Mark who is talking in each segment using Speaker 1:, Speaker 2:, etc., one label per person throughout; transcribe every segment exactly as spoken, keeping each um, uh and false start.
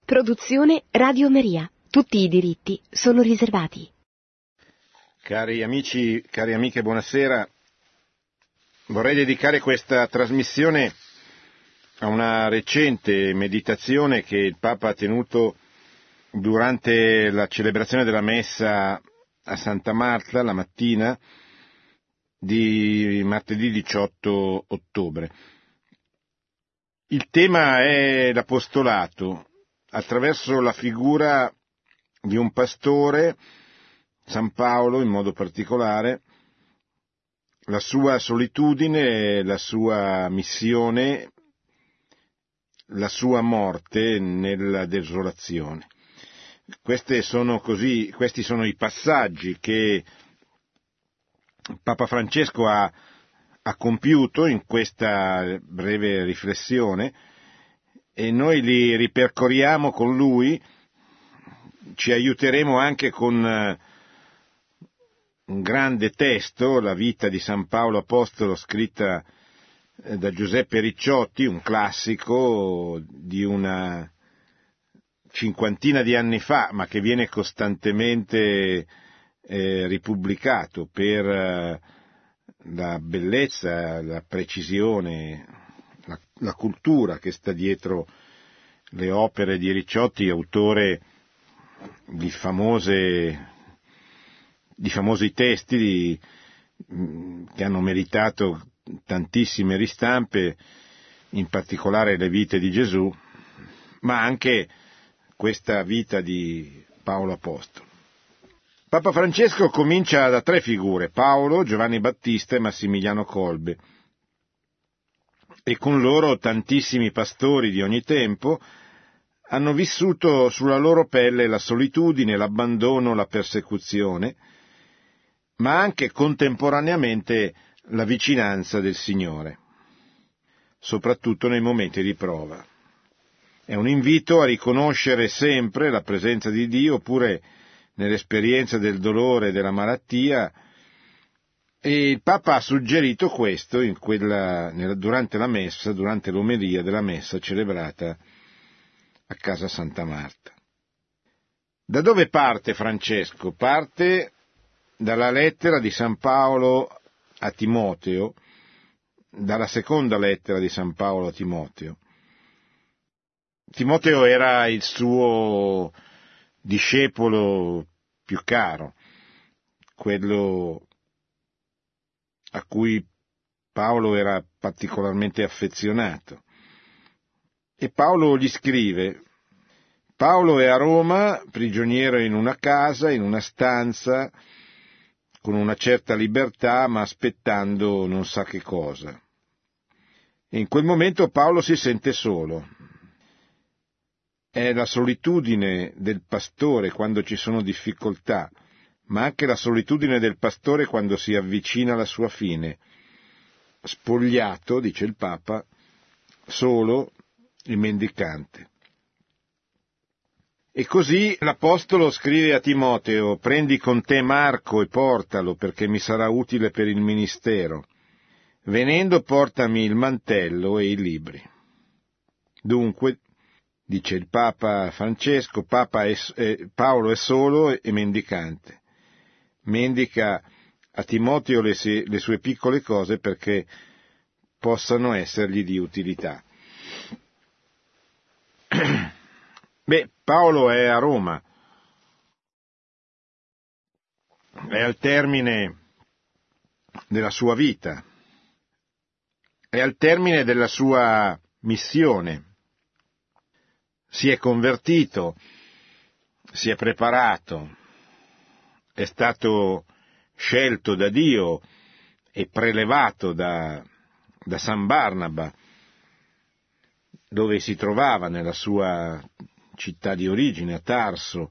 Speaker 1: Produzione Radio Maria. Tutti i diritti sono riservati.
Speaker 2: Cari amici, cari amiche, buonasera. Vorrei dedicare questa trasmissione a una recente meditazione che il Papa ha tenuto durante la celebrazione della Messa a Santa Marta la mattina di martedì diciotto ottobre. Il tema è l'apostolato attraverso la figura di un pastore, San Paolo in modo particolare, la sua solitudine, la sua missione, la sua morte nella desolazione. Queste sono così, questi sono i passaggi che Papa Francesco ha, ha compiuto in questa breve riflessione e noi li ripercorriamo con lui. Ci aiuteremo anche con un grande testo, la vita di San Paolo Apostolo, scritta da Giuseppe Ricciotti, un classico di una cinquantina di anni fa, ma che viene costantemente eh, ripubblicato per eh, la bellezza, la precisione, la, la cultura che sta dietro le opere di Ricciotti, autore di famose di famosi testi di, che hanno meritato tantissime ristampe, in particolare le vite di Gesù, ma anche questa vita di Paolo Apostolo. Papa Francesco comincia da tre figure: Paolo, Giovanni Battista e Massimiliano Kolbe, e con loro tantissimi pastori di ogni tempo hanno vissuto sulla loro pelle la solitudine, l'abbandono, la persecuzione, ma anche contemporaneamente la vicinanza del Signore, soprattutto nei momenti di prova. È un invito a riconoscere sempre la presenza di Dio, oppure nell'esperienza del dolore e della malattia, e il Papa ha suggerito questo in quella, durante la messa, durante l'omelia della messa celebrata a casa Santa Marta. Da dove parte Francesco? Parte dalla lettera di San Paolo a Timoteo, dalla seconda lettera di San Paolo a Timoteo. Timoteo era il suo discepolo più caro, quello a cui Paolo era particolarmente affezionato. E Paolo gli scrive: Paolo è a Roma, prigioniero in una casa, in una stanza, con una certa libertà, ma aspettando non sa che cosa. E in quel momento Paolo si sente solo. È la solitudine del pastore quando ci sono difficoltà, ma anche la solitudine del pastore quando si avvicina alla sua fine. Spogliato, dice il Papa, solo, il mendicante. E così l'Apostolo scrive a Timoteo: prendi con te Marco e portalo, perché mi sarà utile per il ministero. Venendo portami il mantello e i libri. Dunque, dice il Papa Francesco, Papa è, eh, Paolo è solo e mendicante. Mendica a Timoteo le, le sue piccole cose perché possano essergli di utilità. Beh, Paolo è a Roma, è al termine della sua vita, è al termine della sua missione. Si è convertito, si è preparato, è stato scelto da Dio e prelevato da, da San Barnaba, dove si trovava nella sua città di origine, a Tarso,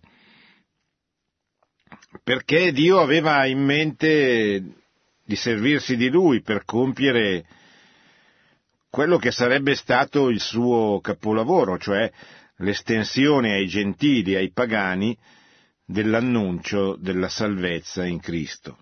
Speaker 2: perché Dio aveva in mente di servirsi di lui per compiere quello che sarebbe stato il suo capolavoro, cioè l'estensione ai gentili, ai pagani, dell'annuncio della salvezza in Cristo.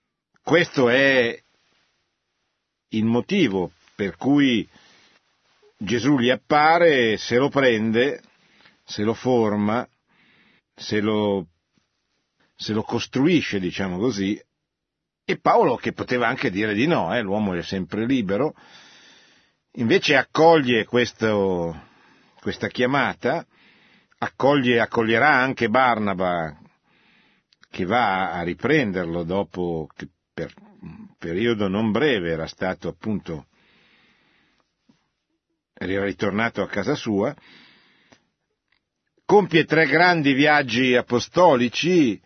Speaker 2: Questo è il motivo per cui Gesù gli appare, se lo prende, se lo forma, se lo, se lo costruisce, diciamo così, e Paolo, che poteva anche dire di no, eh, l'uomo è sempre libero, invece accoglie questo, questa chiamata, accoglie, accoglierà anche Barnaba, che va a riprenderlo dopo che per un periodo non breve era stato appunto, era ritornato a casa sua, compie tre grandi viaggi apostolici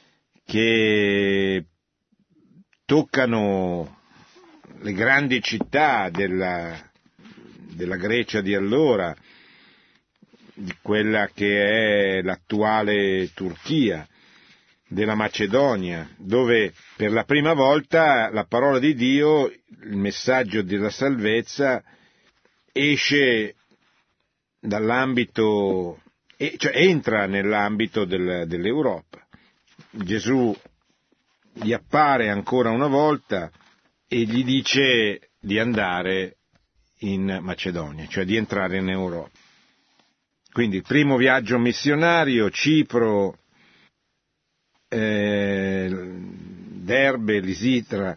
Speaker 2: che toccano le grandi città della, della Grecia di allora, di quella che è l'attuale Turchia, della Macedonia, dove per la prima volta la parola di Dio, il messaggio della salvezza, esce dall'ambito, cioè entra nell'ambito del, dell'Europa. Gesù gli appare ancora una volta e gli dice di andare in Macedonia, cioè di entrare in Europa. Quindi il primo viaggio missionario, Cipro, eh, Derbe, Lisitra.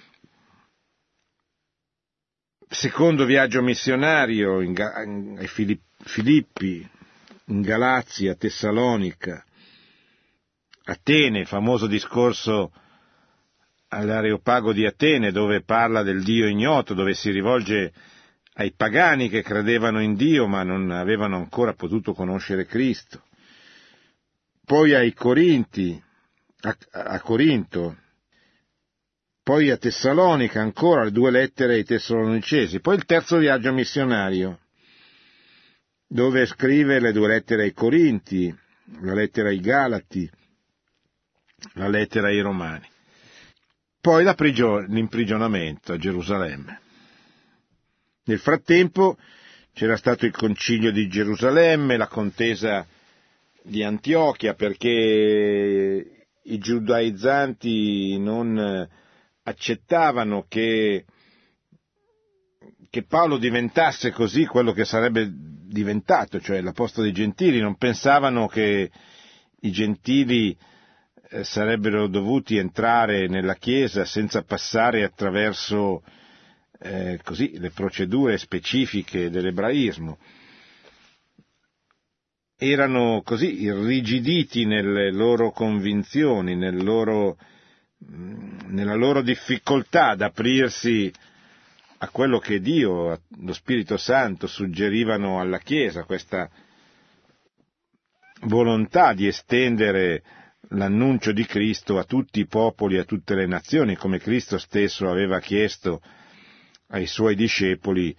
Speaker 2: Secondo viaggio missionario in, in, ai Filippi, in Galazia, Tessalonica, Atene, il famoso discorso all'Areopago di Atene, dove parla del Dio ignoto, dove si rivolge ai pagani che credevano in Dio ma non avevano ancora potuto conoscere Cristo. Poi ai Corinti, a, a Corinto, poi a Tessalonica ancora, le due lettere ai Tessalonicesi, poi il terzo viaggio missionario, dove scrive le due lettere ai Corinti, la lettera ai Galati, la lettera ai Romani. Poi la prigio- l'imprigionamento a Gerusalemme. Nel frattempo c'era stato il concilio di Gerusalemme, la contesa di Antiochia, perché i giudaizzanti non accettavano che, che Paolo diventasse così quello che sarebbe diventato, cioè l'apostolo dei gentili. Non pensavano che i gentili eh, sarebbero dovuti entrare nella Chiesa senza passare attraverso eh, così le procedure specifiche dell'ebraismo. Erano così irrigiditi nelle loro convinzioni, nel loro nella loro difficoltà ad aprirsi a quello che Dio, lo Spirito Santo, suggerivano alla Chiesa, questa volontà di estendere l'annuncio di Cristo a tutti i popoli, a tutte le nazioni, come Cristo stesso aveva chiesto ai suoi discepoli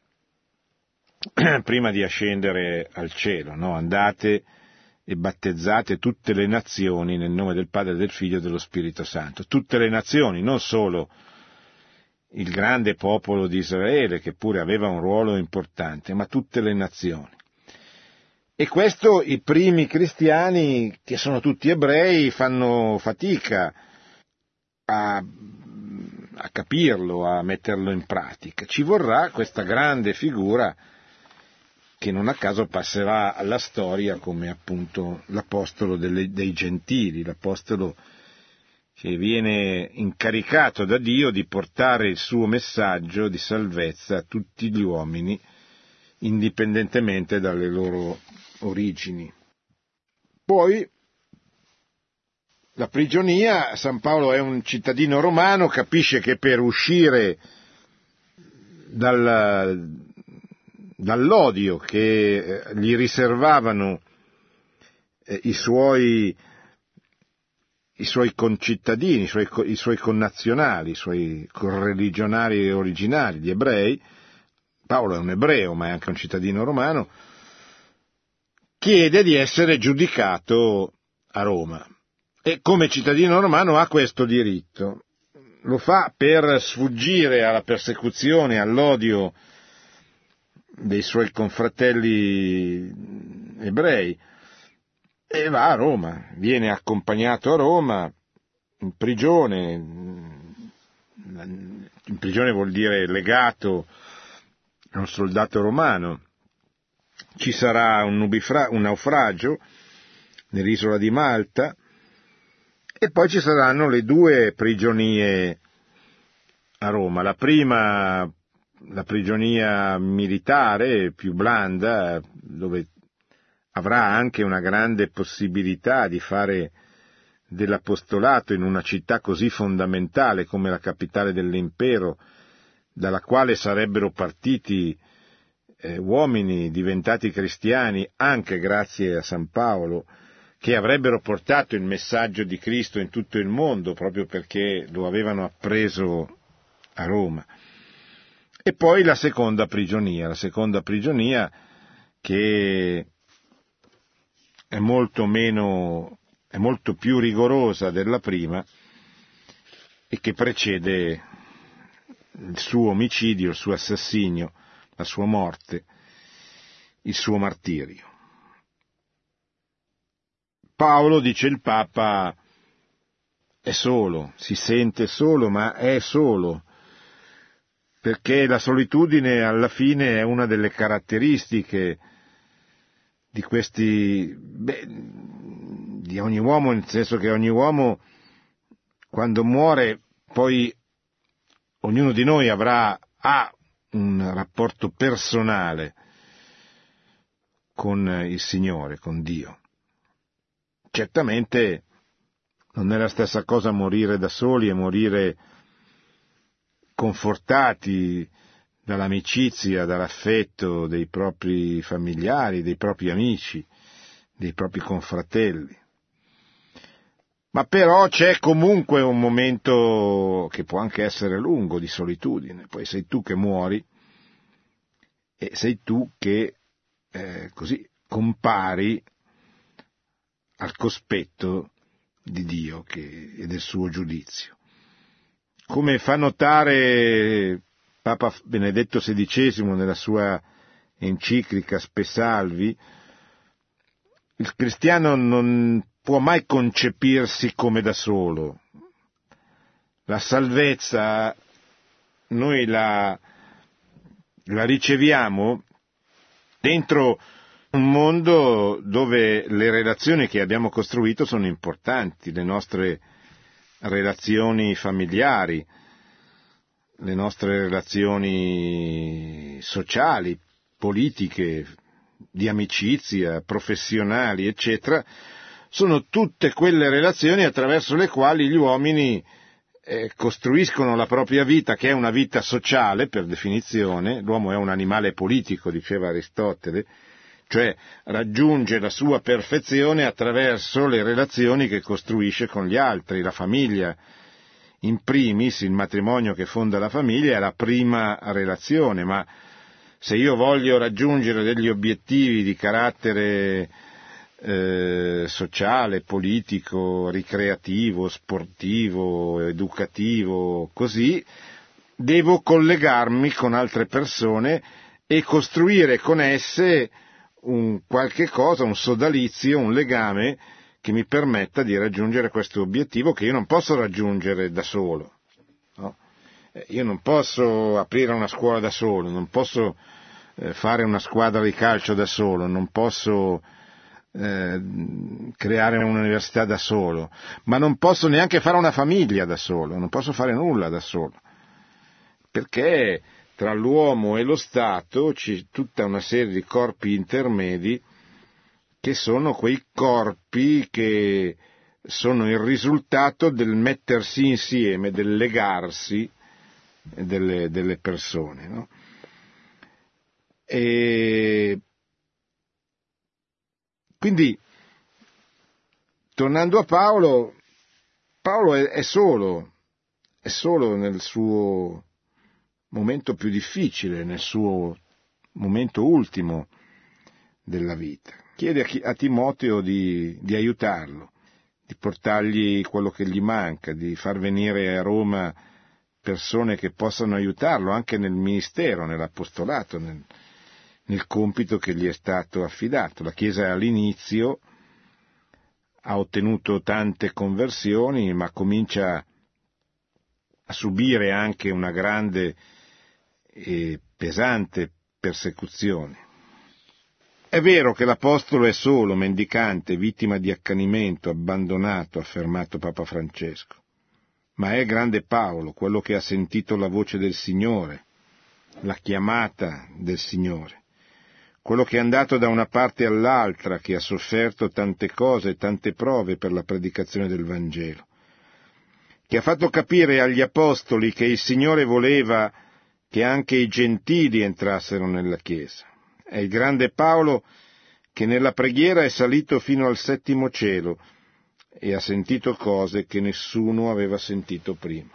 Speaker 2: prima di ascendere al cielo, no? Andate e battezzate tutte le nazioni nel nome del Padre, del Figlio e dello Spirito Santo. Tutte le nazioni, non solo il grande popolo di Israele, che pure aveva un ruolo importante, ma tutte le nazioni. E questo i primi cristiani, che sono tutti ebrei, fanno fatica a, a capirlo, a metterlo in pratica. Ci vorrà questa grande figura che non a caso passerà alla storia come appunto l'apostolo delle, dei gentili, l'apostolo che viene incaricato da Dio di portare il suo messaggio di salvezza a tutti gli uomini, indipendentemente dalle loro origini. Poi la prigionia. San Paolo è un cittadino romano, capisce che per uscire dal dall'odio che gli riservavano eh, i suoi i suoi concittadini, i suoi, i suoi connazionali, i suoi correligionari originari, gli ebrei. Paolo è un ebreo, ma è anche un cittadino romano, chiede di essere giudicato a Roma e come cittadino romano ha questo diritto. Lo fa per sfuggire alla persecuzione, all'odio dei suoi confratelli ebrei e va a Roma, viene accompagnato a Roma in prigione, in prigione vuol dire legato è un soldato romano. Ci sarà un, nubifra- un naufragio nell'isola di Malta e poi ci saranno le due prigionie a Roma. La prima, la prigionia militare più blanda, dove avrà anche una grande possibilità di fare dell'apostolato in una città così fondamentale come la capitale dell'impero, dalla quale sarebbero partiti eh, uomini diventati cristiani anche grazie a San Paolo, che avrebbero portato il messaggio di Cristo in tutto il mondo proprio perché lo avevano appreso a Roma. E poi la seconda prigionia, la seconda prigionia che è molto meno, è molto più rigorosa della prima e che precede il suo omicidio, il suo assassinio, la sua morte, il suo martirio. Paolo, dice il Papa, è solo, si sente solo, ma è solo, perché la solitudine alla fine è una delle caratteristiche di questi, beh, di ogni uomo, nel senso che ogni uomo quando muore poi ognuno di noi avrà ha un rapporto personale con il Signore, con Dio. Certamente non è la stessa cosa morire da soli e morire confortati dall'amicizia, dall'affetto dei propri familiari, dei propri amici, dei propri confratelli. Ma però c'è comunque un momento che può anche essere lungo di solitudine, poi sei tu che muori e sei tu che eh, così compari al cospetto di Dio che, e del suo giudizio. Come fa notare Papa Benedetto sedicesimo nella sua enciclica Spe Salvi, il cristiano non può mai concepirsi come da solo. La salvezza noi la, la riceviamo dentro un mondo dove le relazioni che abbiamo costruito sono importanti, le nostre relazioni familiari, le nostre relazioni sociali, politiche, di amicizia, professionali, eccetera, sono tutte quelle relazioni attraverso le quali gli uomini eh, costruiscono la propria vita, che è una vita sociale per definizione. L'uomo è un animale politico, diceva Aristotele, cioè raggiunge la sua perfezione attraverso le relazioni che costruisce con gli altri. La famiglia, in primis, il matrimonio che fonda la famiglia è la prima relazione, ma se io voglio raggiungere degli obiettivi di carattere eh, sociale, politico, ricreativo, sportivo, educativo, così, devo collegarmi con altre persone e costruire con esse un qualche cosa, un sodalizio, un legame che mi permetta di raggiungere questo obiettivo che io non posso raggiungere da solo. No? Io non posso aprire una scuola da solo, non posso eh, fare una squadra di calcio da solo, non posso eh, creare un'università da solo, ma non posso neanche fare una famiglia da solo, non posso fare nulla da solo, perché tra l'uomo e lo Stato c'è tutta una serie di corpi intermedi che sono quei corpi che sono il risultato del mettersi insieme, del legarsi delle, delle persone. No? E quindi, tornando a Paolo, Paolo è, è solo, è solo nel suo momento più difficile, nel suo momento ultimo della vita. Chiede a, chi, a Timoteo di, di aiutarlo, di portargli quello che gli manca, di far venire a Roma persone che possano aiutarlo anche nel ministero, nell'apostolato, nel, nel compito che gli è stato affidato. La Chiesa all'inizio ha ottenuto tante conversioni, ma comincia a subire anche una grande e pesante persecuzioni. È vero che l'Apostolo è solo, mendicante, vittima di accanimento, abbandonato, ha affermato Papa Francesco, ma è grande Paolo, quello che ha sentito la voce del Signore, la chiamata del Signore, quello che è andato da una parte all'altra, che ha sofferto tante cose, tante prove per la predicazione del Vangelo, che ha fatto capire agli Apostoli che il Signore voleva che anche i gentili entrassero nella Chiesa. È il grande Paolo che nella preghiera è salito fino al settimo cielo e ha sentito cose che nessuno aveva sentito prima.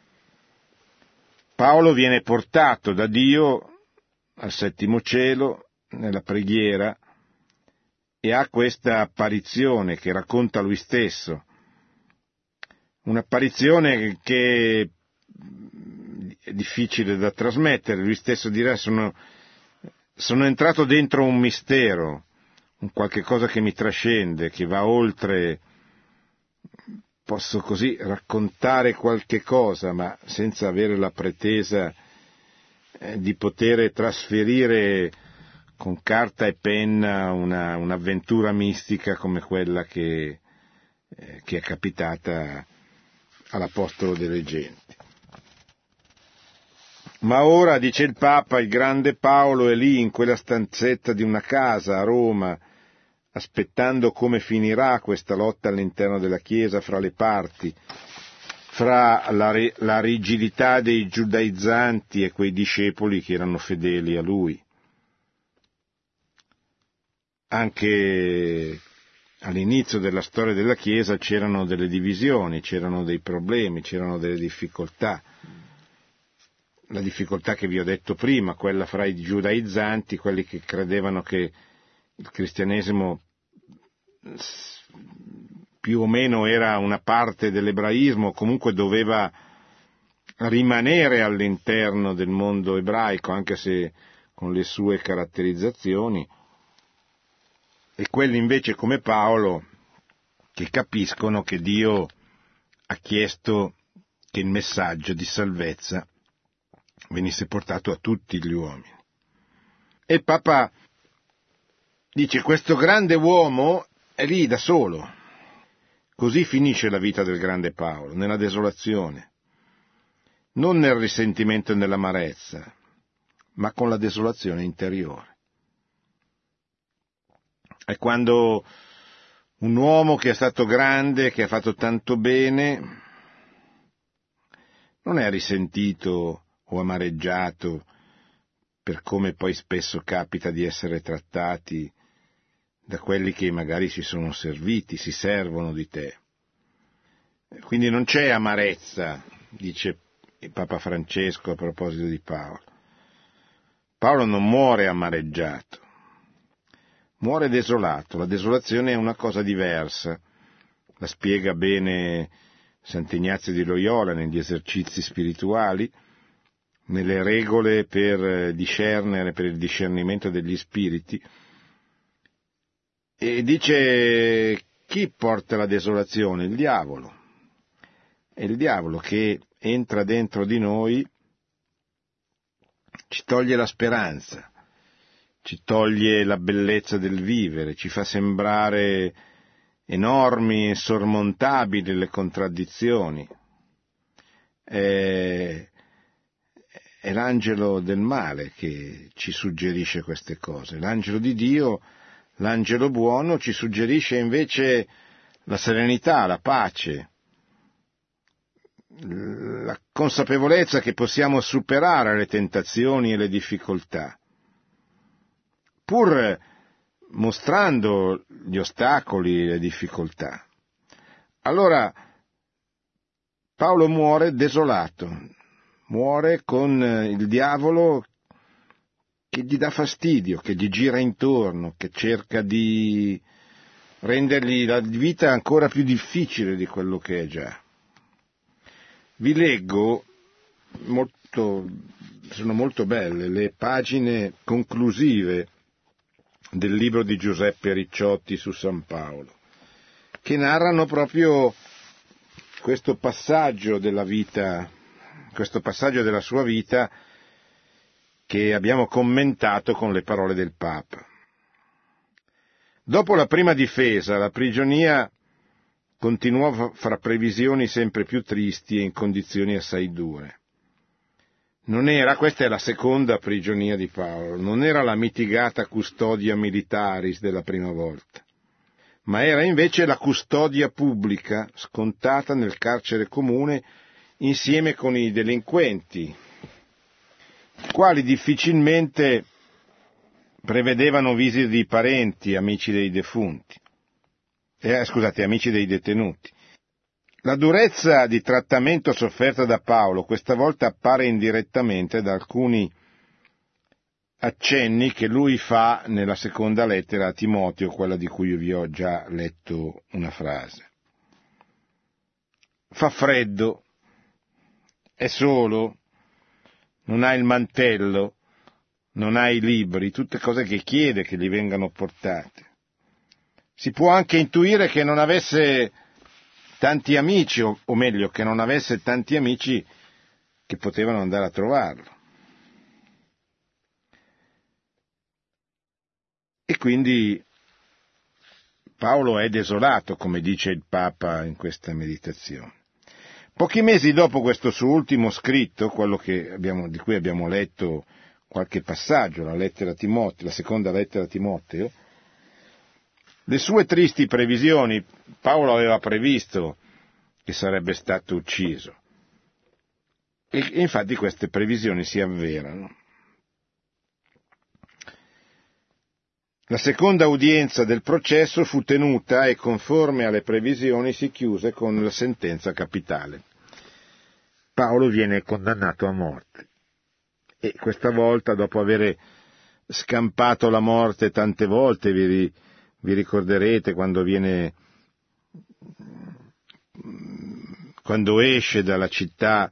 Speaker 2: Paolo viene portato da Dio al settimo cielo nella preghiera e ha questa apparizione che racconta lui stesso, un'apparizione che è difficile da trasmettere. Lui stesso dirà: sono, sono entrato dentro un mistero, un qualche cosa che mi trascende, che va oltre. Posso così raccontare qualche cosa, ma senza avere la pretesa eh, di poter trasferire con carta e penna una, un'avventura mistica come quella che, eh, che è capitata all'Apostolo delle Genti. Ma ora, dice il Papa, il grande Paolo è lì in quella stanzetta di una casa a Roma, aspettando come finirà questa lotta all'interno della Chiesa fra le parti, fra la, la rigidità dei giudaizzanti e quei discepoli che erano fedeli a lui. Anche all'inizio della storia della Chiesa c'erano delle divisioni, c'erano dei problemi, c'erano delle difficoltà. La difficoltà che vi ho detto prima, quella fra i giudaizzanti, quelli che credevano che il cristianesimo più o meno era una parte dell'ebraismo, comunque doveva rimanere all'interno del mondo ebraico, anche se con le sue caratterizzazioni, e quelli invece come Paolo che capiscono che Dio ha chiesto che il messaggio di salvezza venisse portato a tutti gli uomini. E il Papa dice: questo grande uomo è lì da solo. Così finisce la vita del grande Paolo, nella desolazione, non nel risentimento e nell'amarezza, ma con la desolazione interiore. È quando un uomo che è stato grande, che ha fatto tanto bene, non è risentito o amareggiato per come poi spesso capita di essere trattati da quelli che magari si sono serviti, si servono di te. Quindi non c'è amarezza, dice il Papa Francesco a proposito di Paolo. Paolo non muore amareggiato, muore desolato. La desolazione è una cosa diversa, la spiega bene Sant'Ignazio di Loyola negli esercizi spirituali, nelle regole per discernere, per il discernimento degli spiriti, e dice: chi porta la desolazione? Il diavolo. È il diavolo che entra dentro di noi, ci toglie la speranza, ci toglie la bellezza del vivere, ci fa sembrare enormi e insormontabili le contraddizioni. È, è l'angelo del male che ci suggerisce queste cose. L'angelo di Dio, l'angelo buono, ci suggerisce invece la serenità, la pace, la consapevolezza che possiamo superare le tentazioni e le difficoltà, pur mostrando gli ostacoli e le difficoltà. Allora Paolo muore desolato, muore con il diavolo che gli dà fastidio, che gli gira intorno, che cerca di rendergli la vita ancora più difficile di quello che è già. Vi leggo, molto, sono molto belle, le pagine conclusive del libro di Giuseppe Ricciotti su San Paolo, che narrano proprio questo passaggio della vita, questo passaggio della sua vita, che abbiamo commentato con le parole del Papa. Dopo la prima difesa, la prigionia continuò fra previsioni sempre più tristi e in condizioni assai dure. Non era, questa è la seconda prigionia di Paolo, non era la mitigata custodia militaris della prima volta, ma era invece la custodia pubblica scontata nel carcere comune insieme con i delinquenti, quali difficilmente prevedevano visite di parenti, amici dei defunti, eh, scusate, amici dei detenuti. La durezza di trattamento sofferta da Paolo questa volta appare indirettamente da alcuni accenni che lui fa nella seconda lettera a Timoteo, quella di cui vi ho già letto una frase. Fa freddo, è solo, non ha il mantello, non ha i libri, tutte cose che chiede che gli vengano portate. Si può anche intuire che non avesse tanti amici, o, o meglio, che non avesse tanti amici che potevano andare a trovarlo. E quindi Paolo è desolato, come dice il Papa in questa meditazione. Pochi mesi dopo questo suo ultimo scritto, quello che abbiamo, di cui abbiamo letto qualche passaggio, la lettera a Timoteo, la seconda lettera a Timoteo, le sue tristi previsioni, Paolo aveva previsto che sarebbe stato ucciso. E infatti queste previsioni si avverano. La seconda udienza del processo fu tenuta e conforme alle previsioni si chiuse con la sentenza capitale. Paolo viene condannato a morte. E questa volta, dopo aver scampato la morte tante volte, vi, vi ricorderete quando viene, quando esce dalla città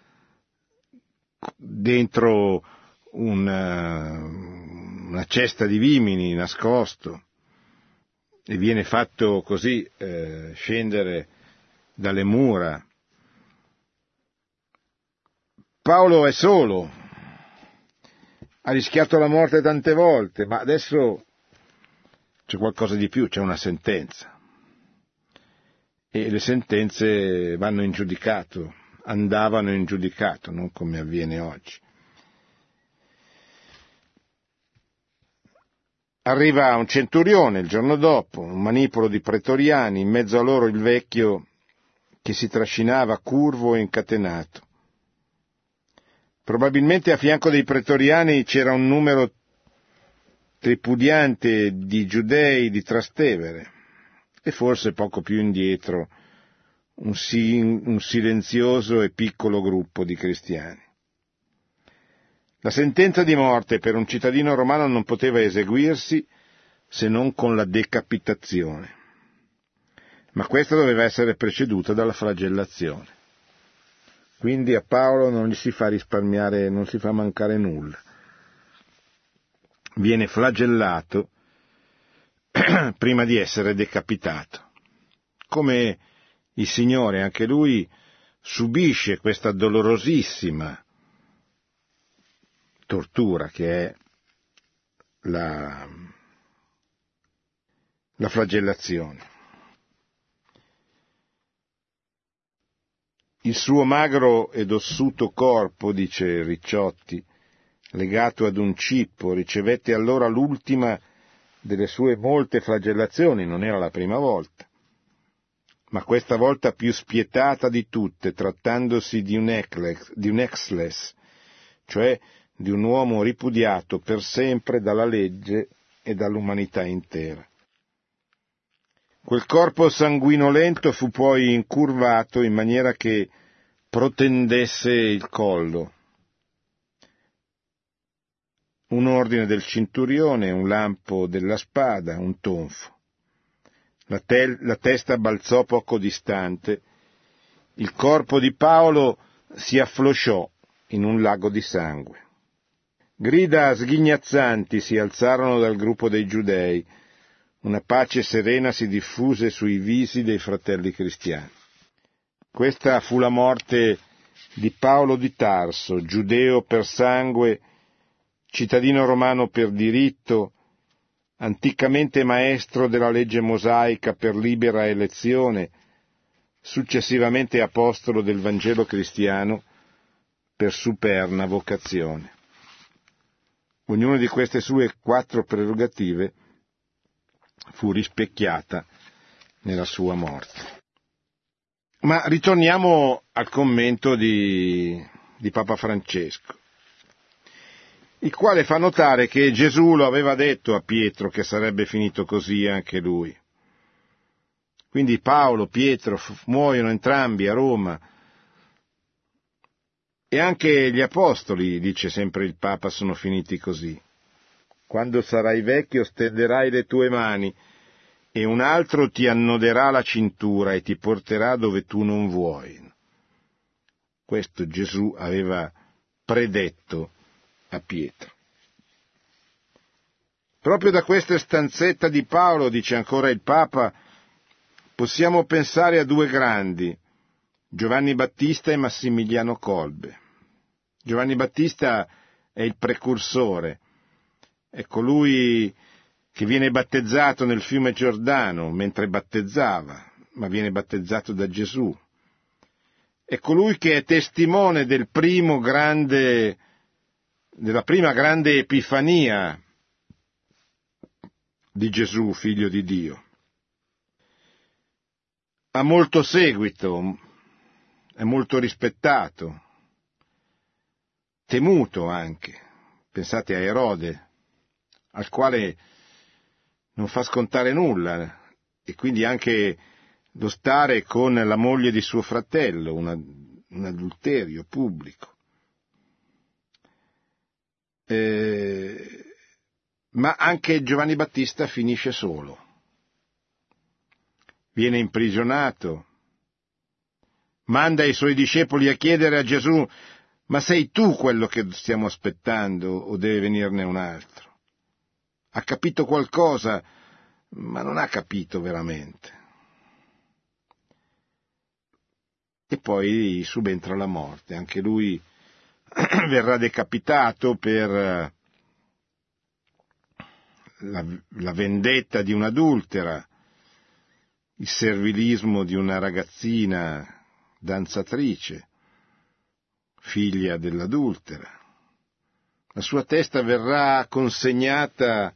Speaker 2: dentro una, una cesta di vimini nascosto e viene fatto così eh, scendere dalle mura. Paolo è solo, ha rischiato la morte tante volte, ma adesso c'è qualcosa di più, c'è una sentenza. E le sentenze vanno in giudicato, andavano in giudicato, non come avviene oggi. Arriva un centurione il giorno dopo, un manipolo di pretoriani, in mezzo a loro il vecchio che si trascinava curvo e incatenato. Probabilmente a fianco dei pretoriani c'era un numero tripudiante di giudei di Trastevere e forse poco più indietro un, si, un silenzioso e piccolo gruppo di cristiani. La sentenza di morte per un cittadino romano non poteva eseguirsi se non con la decapitazione, ma questa doveva essere preceduta dalla flagellazione. Quindi a Paolo non gli si fa risparmiare, non si fa mancare nulla. Viene flagellato prima di essere decapitato. Come il Signore, anche lui subisce questa dolorosissima tortura che è la, la flagellazione. Il suo magro ed ossuto corpo, dice Ricciotti, legato ad un cippo, ricevette allora l'ultima delle sue molte flagellazioni, non era la prima volta, ma questa volta più spietata di tutte, trattandosi di un Ekles, di un Exles, cioè di un uomo ripudiato per sempre dalla legge e dall'umanità intera. Quel corpo sanguinolento fu poi incurvato in maniera che protendesse il collo. Un ordine del centurione, un lampo della spada, un tonfo. La, tel- la testa balzò poco distante. Il corpo di Paolo si afflosciò in un lago di sangue. Grida sghignazzanti si alzarono dal gruppo dei giudei. Una pace serena si diffuse sui visi dei fratelli cristiani. Questa fu la morte di Paolo di Tarso, giudeo per sangue, cittadino romano per diritto, anticamente maestro della legge mosaica per libera elezione, successivamente apostolo del Vangelo cristiano per superna vocazione. Ognuna di queste sue quattro prerogative fu rispecchiata nella sua morte. Ma ritorniamo al commento di, di Papa Francesco, il quale fa notare che Gesù lo aveva detto a Pietro che sarebbe finito così anche lui. Quindi Paolo, Pietro f- muoiono entrambi a Roma, e anche gli apostoli, dice sempre il Papa, sono finiti così. Quando sarai vecchio stenderai le tue mani e un altro ti annoderà la cintura e ti porterà dove tu non vuoi. Questo Gesù aveva predetto a Pietro. Proprio da questa stanzetta di Paolo, dice ancora il Papa, possiamo pensare a due grandi, Giovanni Battista e Massimiliano Kolbe. Giovanni Battista è il precursore, è colui che viene battezzato nel fiume Giordano mentre battezzava, ma viene battezzato da Gesù. È colui che è testimone del primo grande, della prima grande epifania di Gesù, figlio di Dio. Ha molto seguito, è molto rispettato, temuto anche. Pensate a Erode, al quale non fa scontare nulla, e quindi anche lo stare con la moglie di suo fratello, una, un adulterio pubblico. Eh, ma anche Giovanni Battista finisce solo. Viene imprigionato, manda i suoi discepoli a chiedere a Gesù: ma sei tu quello che stiamo aspettando o deve venirne un altro? Ha capito qualcosa, ma non ha capito veramente. E poi subentra la morte, anche lui verrà decapitato per la, la vendetta di un'adultera, il servilismo di una ragazzina danzatrice, figlia dell'adultera. La sua testa verrà consegnata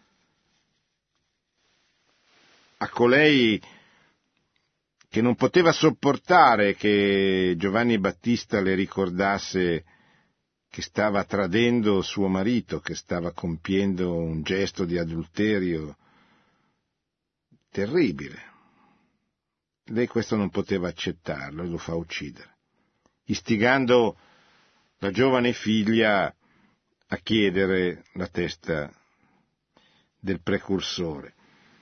Speaker 2: a colei che non poteva sopportare che Giovanni Battista le ricordasse che stava tradendo suo marito, che stava compiendo un gesto di adulterio terribile. Lei questo non poteva accettarlo e lo fa uccidere, istigando la giovane figlia a chiedere la testa del precursore.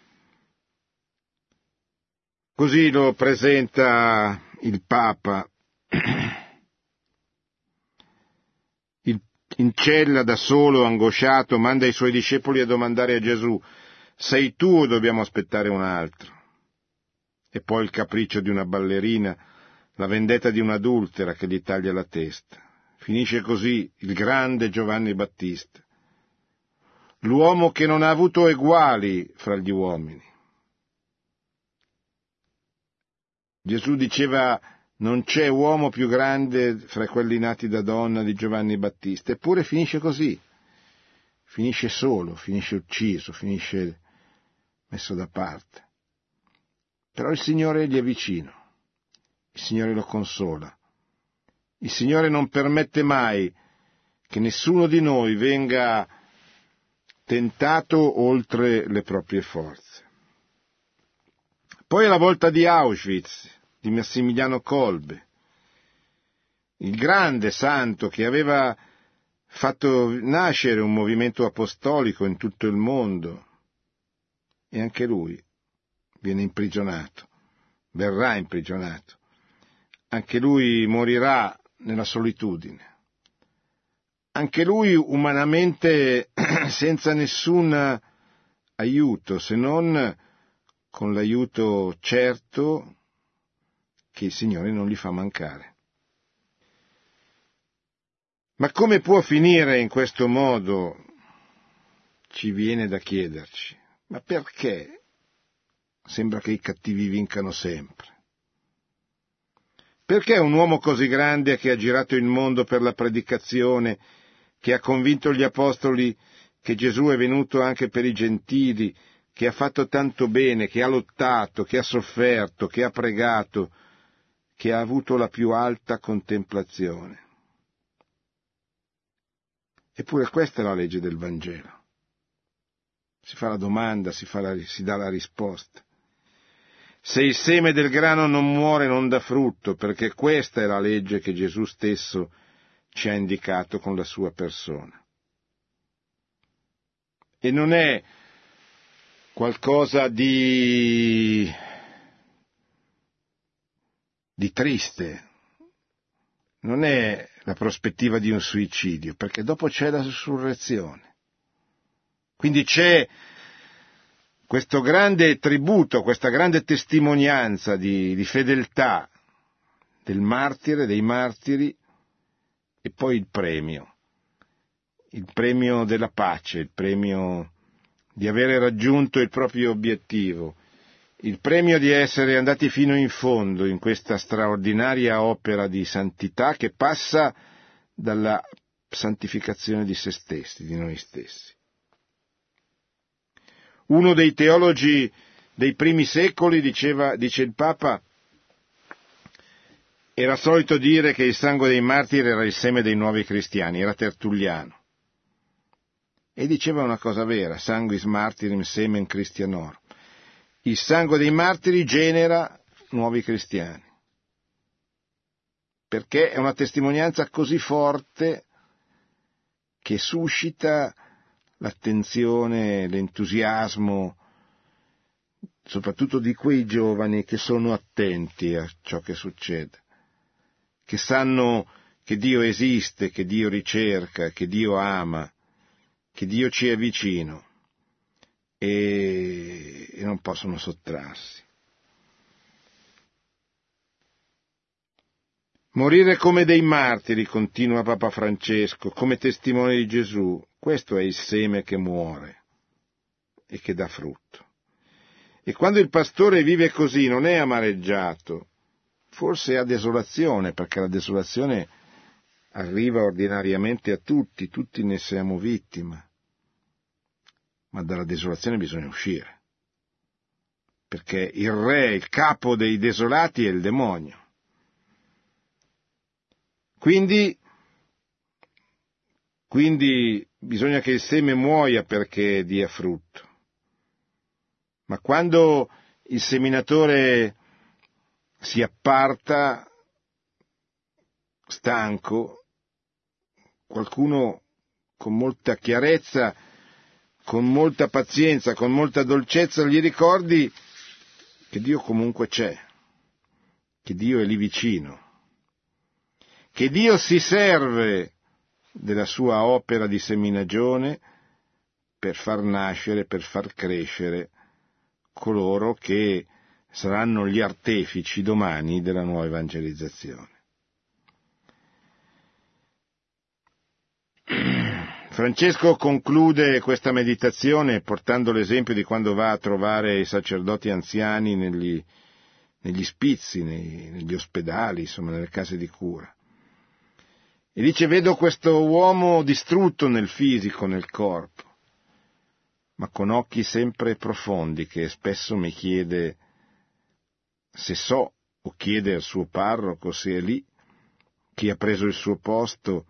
Speaker 2: Così lo presenta il Papa. Il, in cella da solo, angosciato, manda i suoi discepoli a domandare a Gesù: sei tu o dobbiamo aspettare un altro? E poi il capriccio di una ballerina, la vendetta di un'adultera che gli taglia la testa. Finisce così il grande Giovanni Battista, l'uomo che non ha avuto eguali fra gli uomini. Gesù diceva: non c'è uomo più grande fra quelli nati da donna di Giovanni Battista, eppure finisce così, finisce solo, finisce ucciso, finisce messo da parte. Però il Signore gli è vicino, il Signore lo consola, il Signore non permette mai che nessuno di noi venga tentato oltre le proprie forze. Poi è la volta di Auschwitz, di Massimiliano Kolbe, il grande santo che aveva fatto nascere un movimento apostolico in tutto il mondo, e anche lui viene imprigionato, verrà imprigionato, anche lui morirà nella solitudine, anche lui umanamente senza nessun aiuto, se non con l'aiuto certo che il Signore non gli fa mancare. Ma come può finire in questo modo? Ci viene da chiederci. Ma perché sembra che i cattivi vincano sempre? Perché un uomo così grande che ha girato il mondo per la predicazione, che ha convinto gli apostoli che Gesù è venuto anche per i gentili, che ha fatto tanto bene, che ha lottato, che ha sofferto, che ha pregato, che ha avuto la più alta contemplazione? Eppure questa è la legge del Vangelo. Si fa la domanda, si, fa la, si dà la risposta. Se il seme del grano non muore non dà frutto, perché questa è la legge che Gesù stesso ci ha indicato con la sua persona. E non è qualcosa di, di triste, non è la prospettiva di un suicidio, perché dopo c'è la risurrezione. Quindi c'è questo grande tributo, questa grande testimonianza di, di fedeltà del martire, dei martiri, e poi il premio, il premio della pace, il premio di avere raggiunto il proprio obiettivo, il premio di essere andati fino in fondo in questa straordinaria opera di santità che passa dalla santificazione di se stessi, di noi stessi. Uno dei teologi dei primi secoli diceva, dice il Papa, era solito dire che il sangue dei martiri era il seme dei nuovi cristiani, era Tertulliano. E diceva una cosa vera, sanguis martyrim semen Christianorum. Il sangue dei martiri genera nuovi cristiani. Perché è una testimonianza così forte che suscita l'attenzione, l'entusiasmo, soprattutto di quei giovani che sono attenti a ciò che succede, che sanno che Dio esiste, che Dio ricerca, che Dio ama, che Dio ci è vicino e, e non possono sottrarsi. Morire come dei martiri, continua Papa Francesco, come testimone di Gesù, questo è il seme che muore e che dà frutto. E quando il pastore vive così non è amareggiato, forse ha desolazione, perché la desolazione arriva ordinariamente a tutti, tutti ne siamo vittima, ma dalla desolazione bisogna uscire, perché il re, il capo dei desolati è il demonio. Quindi, quindi bisogna che il seme muoia perché dia frutto. Ma quando il seminatore si apparta, stanco, qualcuno con molta chiarezza, con molta pazienza, con molta dolcezza gli ricordi che Dio comunque c'è, che Dio è lì vicino, che Dio si serve della sua opera di seminagione per far nascere, per far crescere coloro che saranno gli artefici domani della nuova evangelizzazione. Francesco conclude questa meditazione portando l'esempio di quando va a trovare i sacerdoti anziani negli, negli spizi, nei, negli ospedali, insomma, nelle case di cura. E dice, vedo questo uomo distrutto nel fisico, nel corpo, ma con occhi sempre profondi, che spesso mi chiede se so, o chiede al suo parroco se è lì, chi ha preso il suo posto,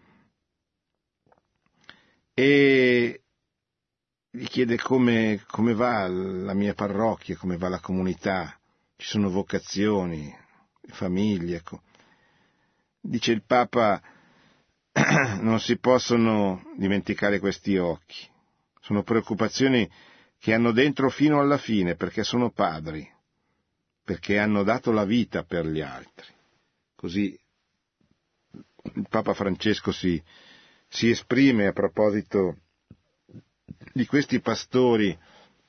Speaker 2: e gli chiede come, come va la mia parrocchia, come va la comunità, ci sono vocazioni, famiglie. Ecco. Dice il Papa, non si possono dimenticare questi occhi, sono preoccupazioni che hanno dentro fino alla fine, perché sono padri, perché hanno dato la vita per gli altri. Così il Papa Francesco si, si esprime a proposito di questi pastori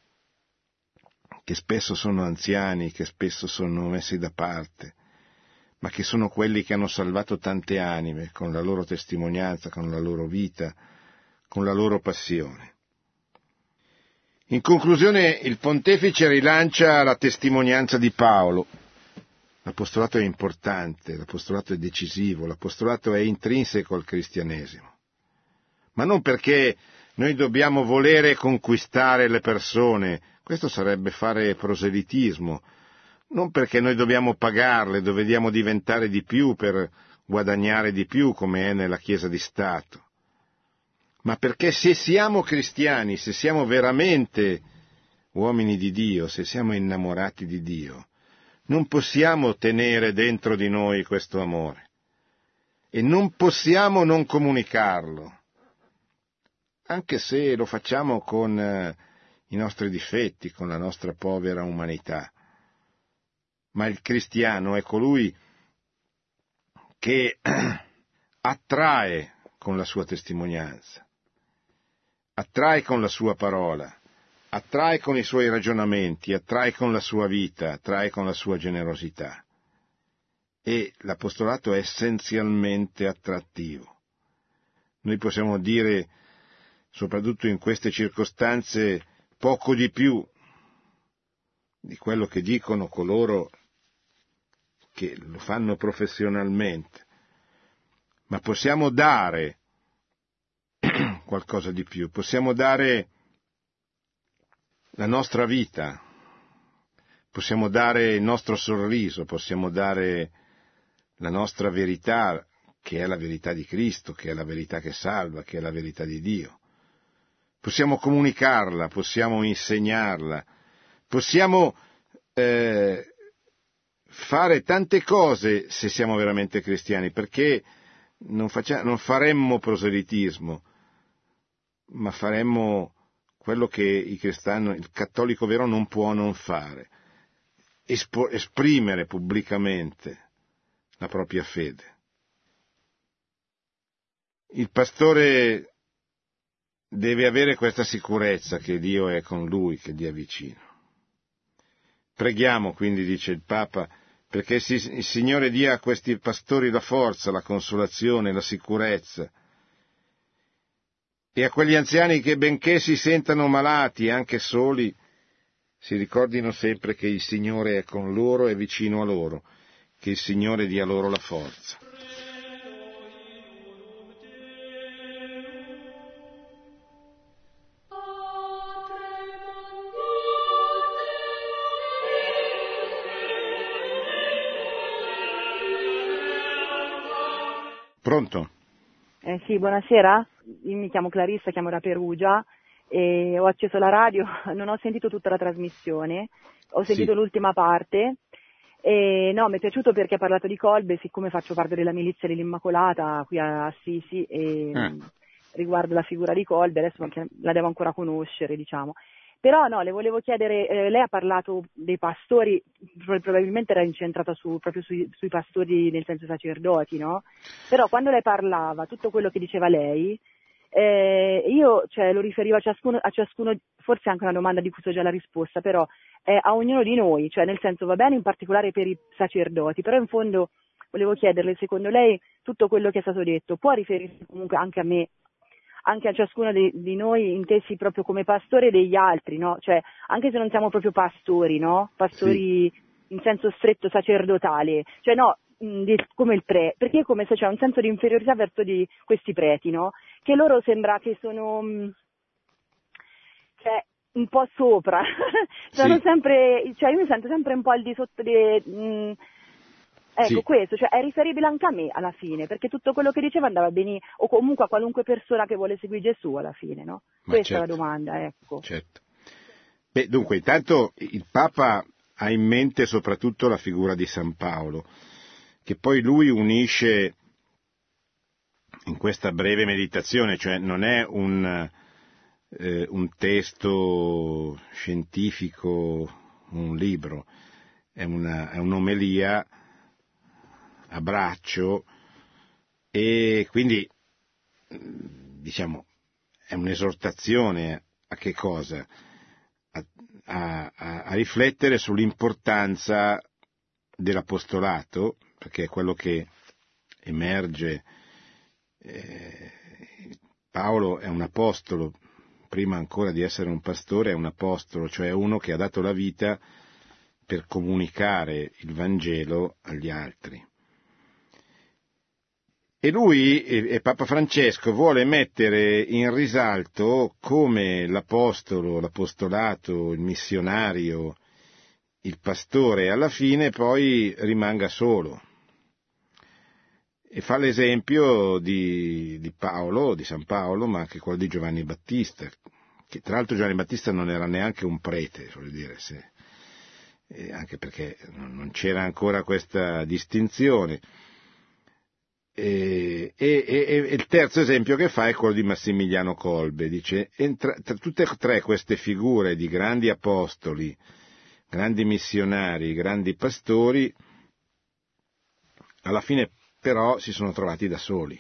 Speaker 2: che spesso sono anziani, che spesso sono messi da parte, ma che sono quelli che hanno salvato tante anime con la loro testimonianza, con la loro vita, con la loro passione. In conclusione, il Pontefice rilancia la testimonianza di Paolo. L'apostolato è importante, l'apostolato è decisivo, l'apostolato è intrinseco al cristianesimo, ma non perché noi dobbiamo volere conquistare le persone, questo sarebbe fare proselitismo, non perché noi dobbiamo pagarle, dobbiamo diventare di più per guadagnare di più come è nella Chiesa di Stato, ma perché se siamo cristiani, se siamo veramente uomini di Dio, se siamo innamorati di Dio, non possiamo tenere dentro di noi questo amore e non possiamo non comunicarlo, anche se lo facciamo con eh, i nostri difetti, con la nostra povera umanità. Ma il cristiano è colui che attrae con la sua testimonianza, attrae con la sua parola, attrae con i suoi ragionamenti, attrae con la sua vita, attrae con la sua generosità. E l'apostolato è essenzialmente attrattivo. Noi possiamo dire, soprattutto in queste circostanze, poco di più di quello che dicono coloro che lo fanno professionalmente, ma possiamo dare qualcosa di più, possiamo dare la nostra vita, possiamo dare il nostro sorriso, possiamo dare la nostra verità, che è la verità di Cristo, che è la verità che salva, che è la verità di Dio. Possiamo comunicarla, possiamo insegnarla, possiamo eh, fare tante cose se siamo veramente cristiani, perché non, faccia, non faremmo proselitismo, ma faremmo quello che il cristiano, il cattolico vero non può non fare, espo, esprimere pubblicamente la propria fede. Il pastore deve avere questa sicurezza che Dio è con lui, che Dio è vicino. Preghiamo quindi, dice il Papa, perché il Signore dia a questi pastori la forza, la consolazione, la sicurezza, e a quegli anziani che, benché si sentano malati e anche soli, si ricordino sempre che il Signore è con loro e vicino a loro, che il Signore dia loro la forza. Pronto?
Speaker 3: Eh sì, buonasera. Io mi chiamo Clarissa, chiamo da Perugia e ho acceso la radio, non ho sentito tutta la trasmissione, ho sentito
Speaker 2: Sì.
Speaker 3: l'ultima parte e no, mi è piaciuto perché ha parlato di Kolbe, siccome faccio parte della milizia dell'Immacolata qui a Assisi e
Speaker 2: Eh.
Speaker 3: riguardo la figura di Kolbe, adesso anche la devo ancora conoscere, diciamo. Però no, le volevo chiedere, eh, lei ha parlato dei pastori, probabilmente era incentrata su, proprio sui, sui pastori nel senso sacerdoti, no? Però quando lei parlava, tutto quello che diceva lei, eh, io cioè, lo riferivo a ciascuno, a ciascuno, forse anche una domanda di cui so già la risposta, però eh, a ognuno di noi, cioè nel senso va bene in particolare per i sacerdoti, però in fondo volevo chiederle, secondo lei tutto quello che è stato detto può riferirsi comunque anche a me, anche a ciascuno di, di noi intesi proprio come pastore degli altri, no? Cioè, anche se non siamo proprio pastori, no? Pastori sì, in senso stretto sacerdotale, cioè no, mh, di, come il pre, perché è come se c'è un senso di inferiorità verso di questi preti, no? Che loro sembra che sono, mh, cioè, un po' sopra, sono
Speaker 2: Sì.
Speaker 3: sempre, cioè io mi sento sempre un po' al di sotto di... Mh, Ecco,
Speaker 2: Sì.
Speaker 3: questo, cioè è riferibile anche a me alla fine, perché tutto quello che diceva andava bene, o comunque a qualunque persona che vuole seguire Gesù alla fine, no?
Speaker 2: Ma
Speaker 3: Questa
Speaker 2: certo,
Speaker 3: è la domanda, ecco.
Speaker 2: Certo. Beh, dunque, intanto il Papa ha in mente soprattutto la figura di San Paolo, che poi lui unisce in questa breve meditazione, cioè non è un, eh, un testo scientifico, un libro, è, una, è un'omelia a braccio e quindi, diciamo, è un'esortazione a che cosa? A, a, a riflettere sull'importanza dell'apostolato, perché è quello che emerge. Eh, Paolo è un apostolo, prima ancora di essere un pastore è un apostolo, cioè uno che ha dato la vita per comunicare il Vangelo agli altri. E lui, e Papa Francesco, vuole mettere in risalto come l'apostolo, l'apostolato, il missionario, il pastore alla fine poi rimanga solo. E fa l'esempio di, di Paolo, di San Paolo, ma anche quello di Giovanni Battista, che tra l'altro Giovanni Battista non era neanche un prete, voglio dire, se, eh, anche perché non c'era ancora questa distinzione. E, e, e, e il terzo esempio che fa è quello di Massimiliano Kolbe, dice, tra, tra tutte e tre queste figure di grandi apostoli, grandi missionari, grandi pastori, alla fine però si sono trovati da soli.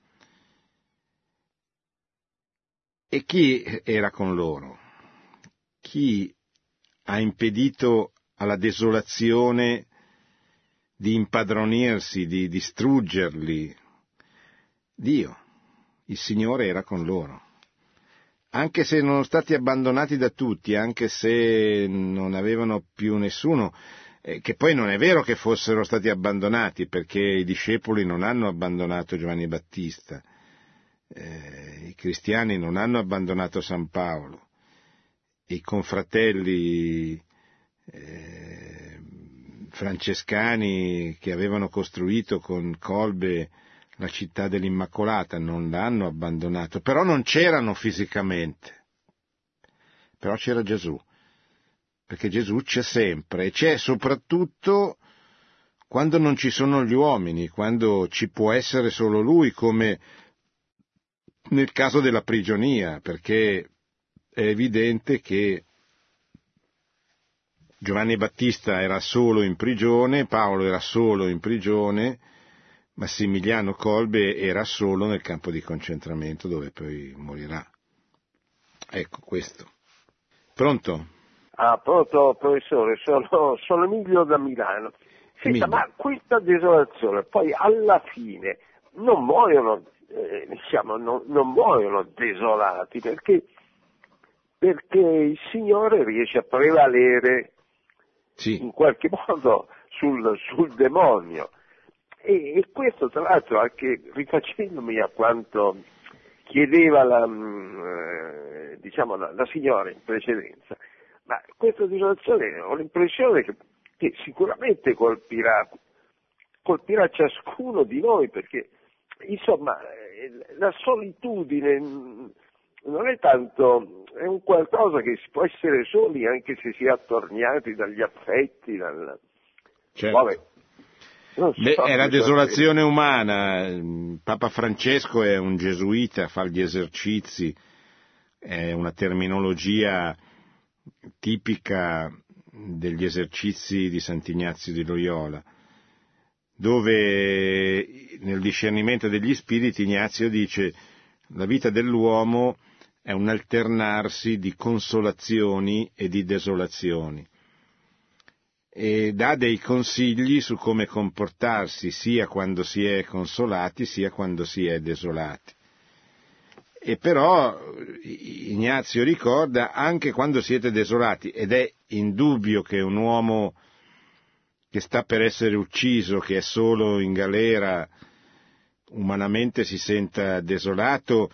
Speaker 2: E chi era con loro? Chi ha impedito alla desolazione di impadronirsi, di distruggerli? Dio, il Signore era con loro. Anche se non sono stati abbandonati da tutti, anche se non avevano più nessuno, eh, che poi non è vero che fossero stati abbandonati, perché i discepoli non hanno abbandonato Giovanni Battista, eh, i cristiani non hanno abbandonato San Paolo, i confratelli eh, francescani che avevano costruito con Kolbe la città dell'Immacolata non l'hanno abbandonato, però non c'erano fisicamente, però c'era Gesù, perché Gesù c'è sempre e c'è soprattutto quando non ci sono gli uomini, quando ci può essere solo Lui, come nel caso della prigionia, perché è evidente che Giovanni Battista era solo in prigione, Paolo era solo in prigione, Massimiliano Kolbe era solo nel campo di concentramento dove poi morirà. Ecco questo. Pronto?
Speaker 4: Ah, pronto professore, sono, sono Emilio da Milano. Senta, ma questa desolazione poi alla fine non muoiono, eh, diciamo, non, non muoiono desolati, perché, perché il Signore riesce a prevalere sì. in qualche modo sul, sul demonio. E, e questo tra l'altro anche rifacendomi a quanto chiedeva la, eh, diciamo, la, la signora in precedenza, ma questa desolazione ho l'impressione che, che sicuramente colpirà, colpirà ciascuno di noi, perché insomma la solitudine non è tanto, è un qualcosa che si può essere soli anche se si è attorniati dagli affetti, dal...
Speaker 2: certo. Vabbè. So, Beh, è la desolazione umana. Papa Francesco è un gesuita, fa gli esercizi, è una terminologia tipica degli esercizi di Sant'Ignazio di Loyola, dove nel discernimento degli spiriti Ignazio dice la vita dell'uomo è un alternarsi di consolazioni e di desolazioni, e dà dei consigli su come comportarsi sia quando si è consolati sia quando si è desolati. E però Ignazio ricorda anche quando siete desolati, ed è indubbio che un uomo che sta per essere ucciso, che è solo in galera, umanamente si senta desolato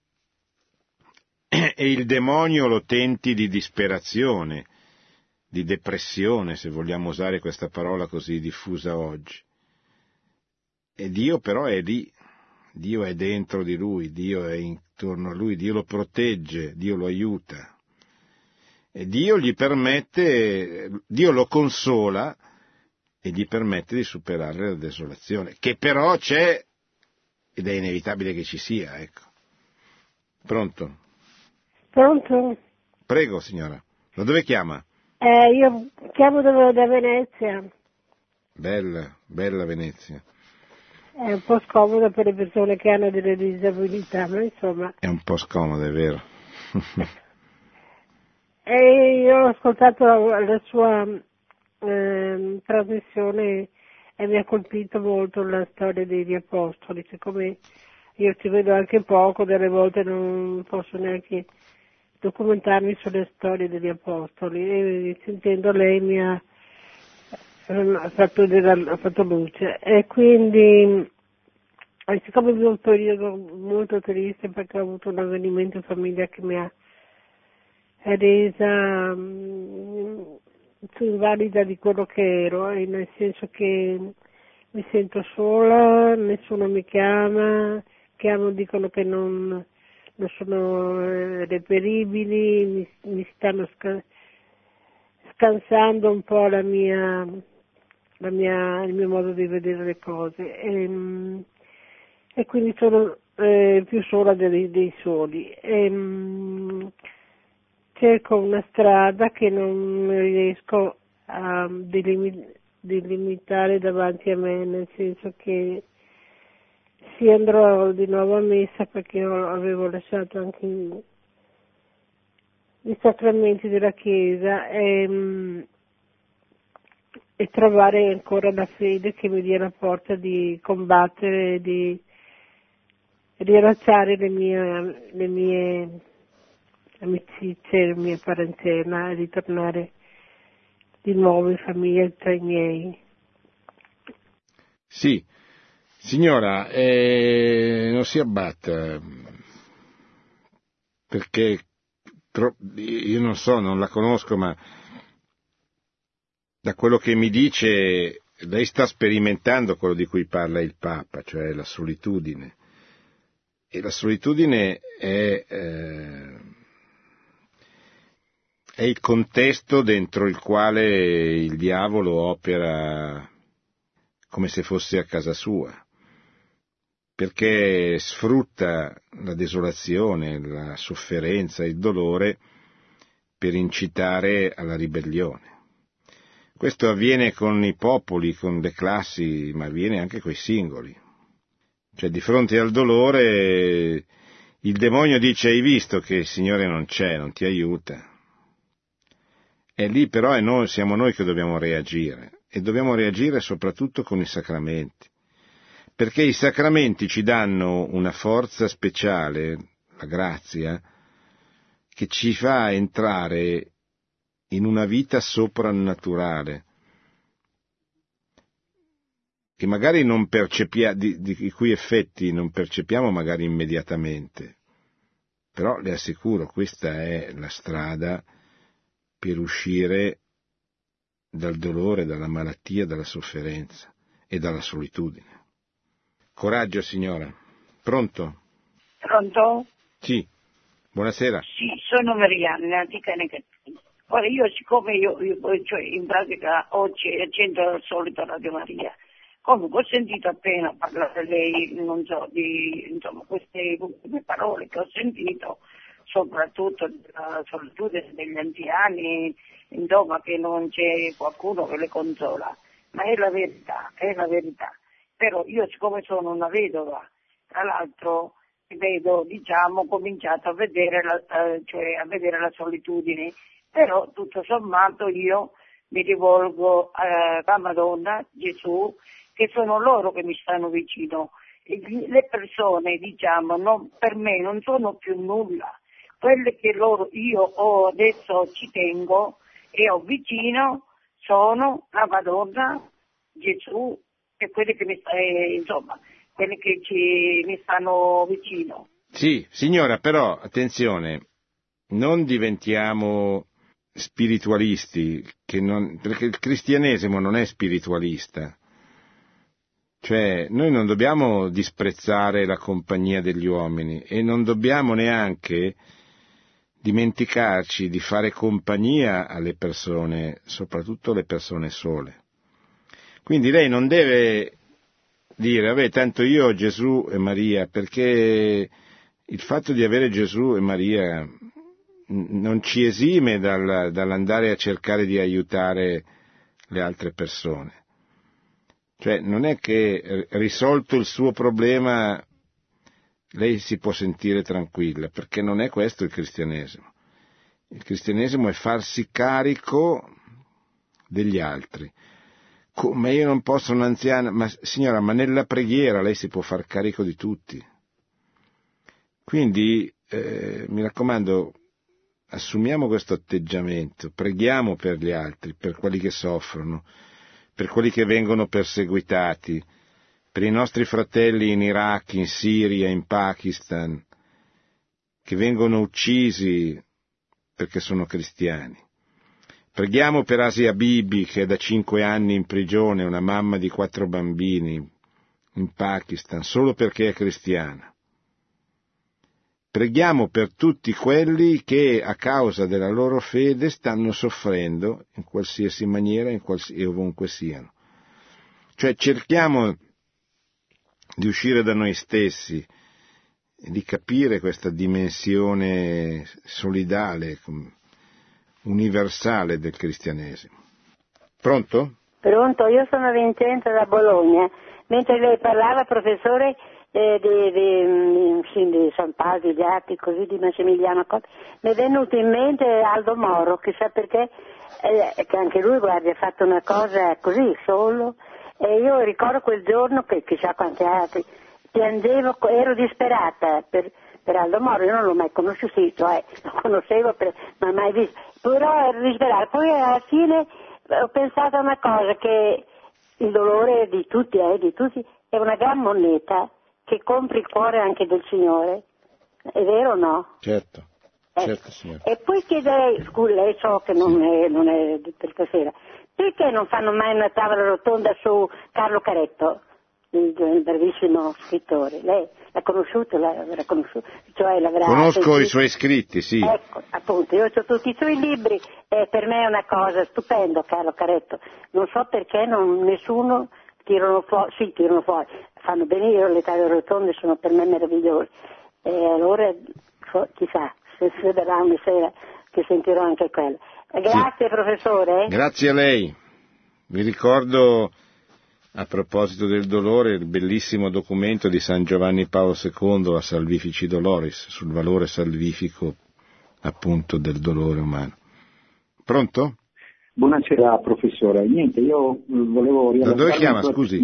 Speaker 2: e il demonio lo tenti di disperazione, di depressione, se vogliamo usare questa parola così diffusa oggi. E Dio però è lì, Dio è dentro di lui, Dio è intorno a lui, Dio lo protegge, Dio lo aiuta. E Dio gli permette, Dio lo consola e gli permette di superare la desolazione, che però c'è ed è inevitabile che ci sia, ecco. Pronto?
Speaker 5: Pronto?
Speaker 2: Prego, signora. Da dove chiama?
Speaker 5: Eh, io chiamo da, da Venezia.
Speaker 2: Bella, bella Venezia.
Speaker 5: È un po' scomoda per le persone che hanno delle disabilità, ma insomma...
Speaker 2: È un po' scomoda, è vero.
Speaker 5: E io ho ascoltato la, la sua eh, trasmissione e mi ha colpito molto la storia degli apostoli, siccome io ci vedo anche poco, delle volte non posso neanche documentarmi sulle storie degli apostoli, e sentendo lei mi ha, ha, fatto, ha fatto luce, e quindi siccome vivo un periodo molto triste perché ho avuto un avvenimento in famiglia che mi ha resa um, più invalida di quello che ero, e nel senso che mi sento sola, nessuno mi chiama, chiamo, dicono che non, non sono eh, reperibili, mi, mi stanno sca- scansando un po' la mia, la mia, il mio modo di vedere le cose. E, e quindi sono eh, più sola dei, dei soli. E, mh, cerco una strada che non riesco a delimi- delimitare davanti a me, nel senso che sì, andrò di nuovo a messa perché ho, avevo lasciato anche i, i sacramenti della Chiesa, e, mh, e trovare ancora la fede che mi dia la forza di combattere, di riallacciare le mie, le mie amicizie, la mia parentela, e ritornare di nuovo in famiglia tra i miei.
Speaker 2: Sì, signora, eh, non si abbatta, perché tro- io non so, non la conosco, ma da quello che mi dice lei sta sperimentando quello di cui parla il Papa, cioè la solitudine. E la solitudine è, eh, è il contesto dentro il quale il diavolo opera come se fosse a casa sua, perché sfrutta la desolazione, la sofferenza, il dolore per incitare alla ribellione. Questo avviene con i popoli, con le classi, ma avviene anche con i singoli. Cioè, di fronte al dolore, il demonio dice: hai visto che il Signore non c'è, non ti aiuta. E lì però è noi, siamo noi che dobbiamo reagire, e dobbiamo reagire soprattutto con i sacramenti, perché i sacramenti ci danno una forza speciale, la grazia, che ci fa entrare in una vita soprannaturale, che magari non percepiamo, di, di i cui effetti non percepiamo magari immediatamente, però le assicuro, questa è la strada per uscire dal dolore, dalla malattia, dalla sofferenza e dalla solitudine. Coraggio, signora. Pronto?
Speaker 6: Pronto?
Speaker 2: Sì. Buonasera.
Speaker 6: Sì, sono Marianna di Canecattini. Ora io, siccome io, io cioè in pratica oggi accendo al solito Radio Maria, comunque ho sentito appena parlare lei, non so, di insomma queste ultime parole che ho sentito, soprattutto della solitudine degli anziani, insomma, che non c'è qualcuno che le consola, ma è la verità, è la verità. Però io, siccome sono una vedova, tra l'altro vedo, diciamo, cominciato a vedere la, eh, cioè a vedere la solitudine, però tutto sommato io mi rivolgo alla Madonna, Gesù, che sono loro che mi stanno vicino. E le persone, diciamo, non, per me non sono più nulla. Quelle che loro, io ho adesso ci tengo e ho vicino sono la Madonna, Gesù e quelle che mi, eh, insomma, quelle che ci, mi stanno vicino.
Speaker 2: Sì, signora, però attenzione, non diventiamo spiritualisti, che non, perché il cristianesimo non è spiritualista. Cioè, noi non dobbiamo disprezzare la compagnia degli uomini e non dobbiamo neanche dimenticarci di fare compagnia alle persone, soprattutto le persone sole. Quindi lei non deve dire: vabbè, tanto io ho Gesù e Maria, perché il fatto di avere Gesù e Maria non ci esime dal, dall'andare a cercare di aiutare le altre persone. Cioè, non è che risolto il suo problema lei si può sentire tranquilla, perché non è questo il cristianesimo. Il cristianesimo è farsi carico degli altri. Come io non posso un'anziana, ma signora, ma nella preghiera lei si può far carico di tutti. Quindi, eh, mi raccomando, assumiamo questo atteggiamento, preghiamo per gli altri, per quelli che soffrono, per quelli che vengono perseguitati, per i nostri fratelli in Iraq, in Siria, in Pakistan, che vengono uccisi perché sono cristiani. Preghiamo per Asia Bibi, che è da cinque anni in prigione, una mamma di quattro bambini in Pakistan, solo perché è cristiana. Preghiamo per tutti quelli che a causa della loro fede stanno soffrendo in qualsiasi maniera in quals- e ovunque siano. Cioè cerchiamo di uscire da noi stessi e di capire questa dimensione solidale, universale del cristianesimo. Pronto?
Speaker 7: Pronto, io sono Vincenzo da Bologna. Mentre lei parlava, professore, eh, di, di, sì, di San Paolo, di Atti, così di Massimiliano Cotta, mi è venuto in mente Aldo Moro, chissà perché, eh, che anche lui, guardi, ha fatto una cosa così, solo, e io ricordo quel giorno, che chissà quanti altri, piangevo, ero disperata per, per Aldo Moro, io non l'ho mai conosciuto, eh, lo conoscevo, per, ma mai visto, però ero disperata. Poi alla fine ho pensato a una cosa, che il dolore di tutti, eh, di tutti, è una gran moneta che compri il cuore anche del Signore, è vero o no?
Speaker 2: Certo,
Speaker 7: eh.
Speaker 2: certo signora.
Speaker 7: E poi chiederei, scusi, lei so che non è, non è per stasera, perché non fanno mai una tavola rotonda su Carlo Caretto, il, il bravissimo scrittore? Lei l'ha conosciuto, l'ha conosciuto, cioè l'avrà
Speaker 2: Conosco
Speaker 7: sentito.
Speaker 2: I suoi scritti, sì.
Speaker 7: Ecco, appunto, io ho tutti i suoi libri, e per me è una cosa stupenda Carlo Caretto. Non so perché non, nessuno tirano fuori, sì, tirano fuori, fanno bene, io le tavole rotonde sono per me meravigliose. E allora, chissà, se, se verrà una sera che sentirò anche quella. Grazie, sì. Professore.
Speaker 2: Grazie a lei. Vi ricordo, a proposito del dolore, il bellissimo documento di San Giovanni Paolo secondo, la Salvifici Doloris, sul valore salvifico appunto del dolore umano. Pronto?
Speaker 8: Buonasera professore. Niente, io volevo
Speaker 2: Da dove chiama, scusi?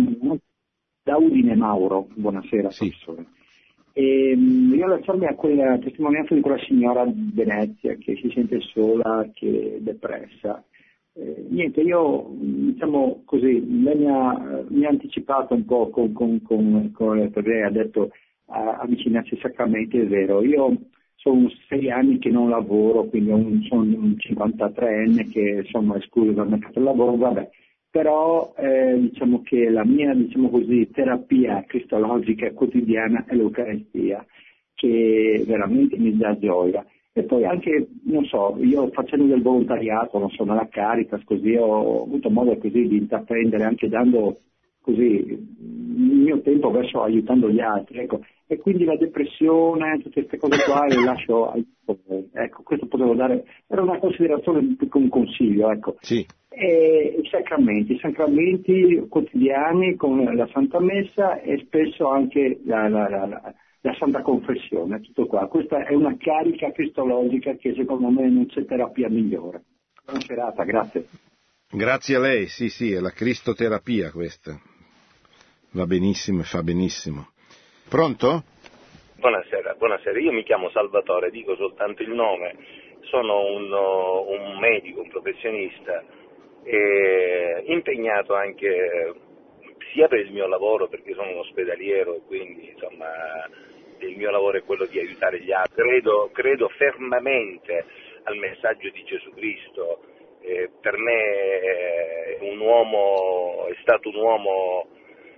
Speaker 8: Da Udine, Mauro. Buonasera, sì. Professore. E, io lasciarmi a quella testimonianza di quella signora di Venezia che si sente sola, che è depressa. Eh, niente, io diciamo così, lei mi ha, mi ha anticipato un po' con, con, con, con perché lei ha detto a, avvicinarsi ai sacramenti, è vero. Io sono sei anni che non lavoro, quindi un, sono un cinquantatreenne che insomma è escluso dal mercato del lavoro, vabbè. Però eh, diciamo che la mia diciamo così, terapia cristologica quotidiana è l'Eucaristia, che veramente mi dà gioia. E poi anche, non so, io facendo del volontariato, non so, nella Caritas, così ho avuto modo così di intraprendere, anche dando così il mio tempo verso aiutando gli altri, ecco. E quindi la depressione, tutte queste cose qua le lascio, ecco, questo potevo dare, era una considerazione, un consiglio, ecco.
Speaker 2: Sì.
Speaker 8: E i sacramenti, i sacramenti quotidiani con la Santa Messa e spesso anche la, la, la, la, la Santa Confessione, tutto qua. Questa è una carica cristologica che secondo me non c'è terapia migliore. Buona serata, grazie.
Speaker 2: Grazie a lei, sì sì, è la cristoterapia questa. Va benissimo e fa benissimo. Pronto?
Speaker 9: Buonasera, buonasera, io mi chiamo Salvatore, dico soltanto il nome, sono un, un medico, un professionista, e impegnato anche sia per il mio lavoro, perché sono un ospedaliero, quindi insomma il mio lavoro è quello di aiutare gli altri. Credo, credo fermamente al messaggio di Gesù Cristo. Eh, per me è un uomo, è stato un uomo,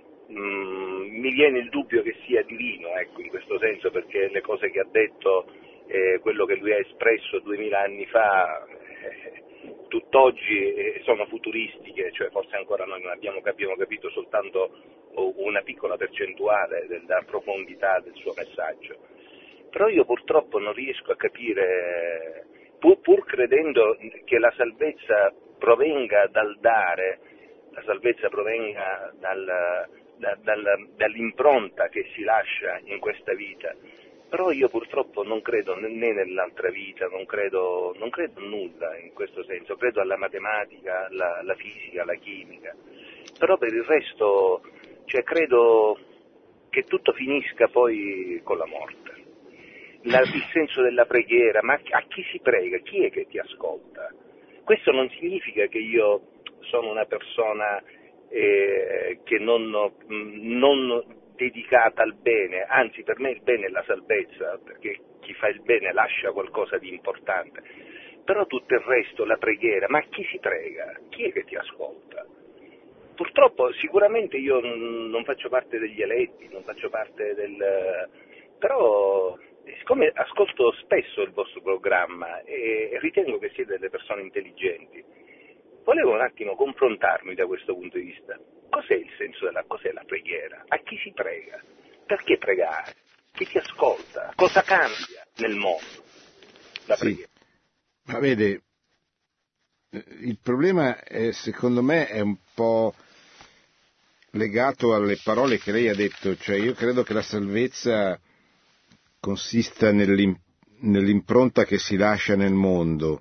Speaker 9: mh, mi viene il dubbio che sia divino, ecco, in questo senso, perché le cose che ha detto, eh, quello che lui ha espresso duemila anni fa, eh, tutt'oggi eh, sono futuristiche, cioè forse ancora noi non abbiamo, abbiamo capito soltanto una piccola percentuale della profondità del suo messaggio. Però io purtroppo non riesco a capire, pur, pur credendo che la salvezza provenga dal dare, la salvezza provenga dal, da, dal, dall'impronta che si lascia in questa vita, però io purtroppo non credo né nell'altra vita, non credo, non credo a nulla in questo senso, credo alla matematica, alla, alla fisica, alla chimica. però per il resto, cioè, credo che tutto finisca poi con la morte. La, il senso della preghiera, ma a chi si prega? Chi è che ti ascolta? Questo non significa che io sono una persona eh, che non, non dedicata al bene, anzi per me il bene è la salvezza, perché chi fa il bene lascia qualcosa di importante, però tutto il resto, la preghiera, ma a chi si prega? Chi è che ti ascolta? Purtroppo sicuramente io non faccio parte degli eletti, non faccio parte del... però siccome ascolto spesso il vostro programma e ritengo che siete delle persone intelligenti, volevo un attimo confrontarmi da questo punto di vista. Cos'è il senso della, cos'è la preghiera? A chi si prega? Perché pregare? Chi ti ascolta? Cosa cambia nel mondo la preghiera?
Speaker 2: Sì. Ma vede, il problema è, secondo me è un po' legato alle parole che lei ha detto, cioè io credo che la salvezza consista nell'im- nell'impronta che si lascia nel mondo.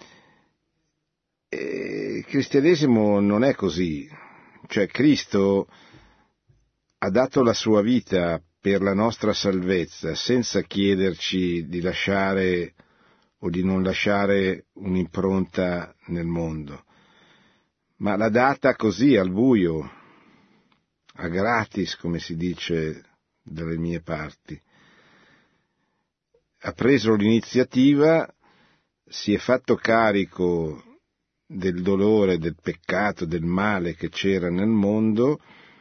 Speaker 2: E il cristianesimo non è così, cioè Cristo ha dato la sua vita per la nostra salvezza senza chiederci di lasciare o di non lasciare un'impronta nel mondo, ma l'ha data così al buio, a gratis, come si dice dalle mie parti. Ha preso l'iniziativa, si è fatto carico del dolore, del peccato, del male che c'era nel mondo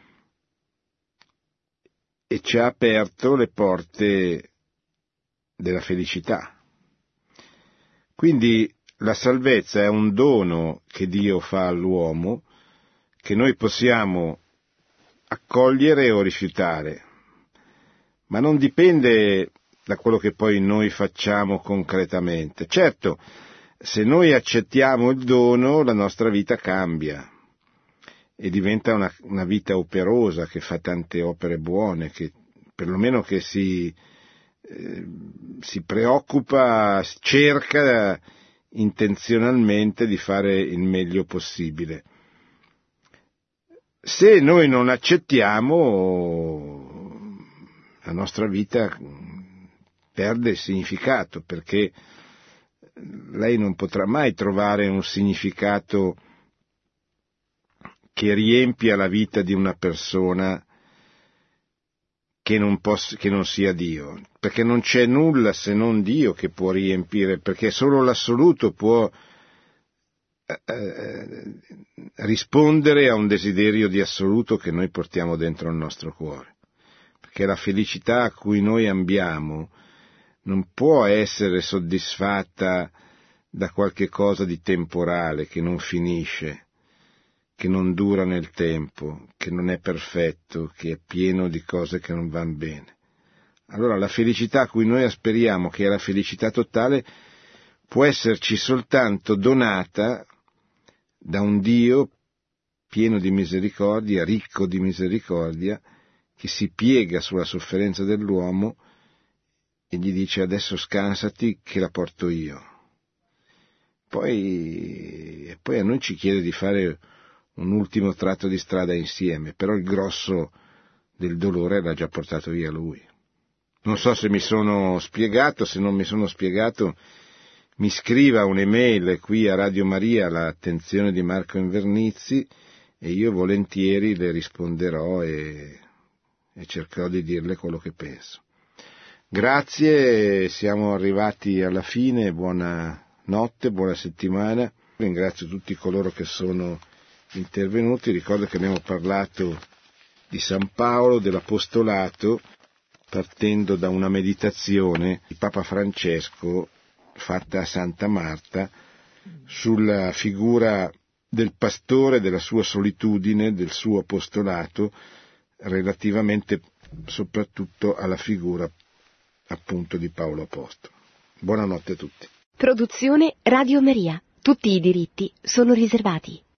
Speaker 2: e ci ha aperto le porte della felicità. Quindi la salvezza è un dono che Dio fa all'uomo, che noi possiamo accogliere o rifiutare, ma non dipende da quello che poi noi facciamo concretamente. Certo, se noi accettiamo il dono, la nostra vita cambia e diventa una, una vita operosa, che fa tante opere buone, che perlomeno che si, eh, si preoccupa, cerca intenzionalmente di fare il meglio possibile. Se noi non accettiamo, la nostra vita perde il significato, perché lei non potrà mai trovare un significato che riempia la vita di una persona che non, possa, che non sia Dio, perché non c'è nulla se non Dio che può riempire, perché solo l'assoluto può eh, rispondere a un desiderio di assoluto che noi portiamo dentro il nostro cuore, perché la felicità a cui noi ambiamo non può essere soddisfatta da qualche cosa di temporale che non finisce, che non dura nel tempo, che non è perfetto, che è pieno di cose che non vanno bene. Allora la felicità a cui noi aspiriamo, che è la felicità totale, può esserci soltanto donata da un Dio pieno di misericordia, ricco di misericordia, che si piega sulla sofferenza dell'uomo e gli dice: adesso scansati che la porto io. Poi, e poi a noi ci chiede di fare un ultimo tratto di strada insieme, però il grosso del dolore l'ha già portato via lui. Non so se mi sono spiegato, se non mi sono spiegato mi scriva un'email qui a Radio Maria all'attenzione di Marco Invernizzi e io volentieri le risponderò e, e cercherò di dirle quello che penso. Grazie, siamo arrivati alla fine, buona notte, buona settimana. Ringrazio tutti coloro che sono intervenuti. Ricordo che abbiamo parlato di San Paolo, dell'apostolato, partendo da una meditazione di Papa Francesco fatta a Santa Marta sulla figura del pastore, della sua solitudine, del suo apostolato, relativamente soprattutto alla figura appunto di Paolo Apostolo. Buonanotte a tutti.
Speaker 1: Produzione Radio Maria. Tutti i diritti sono riservati.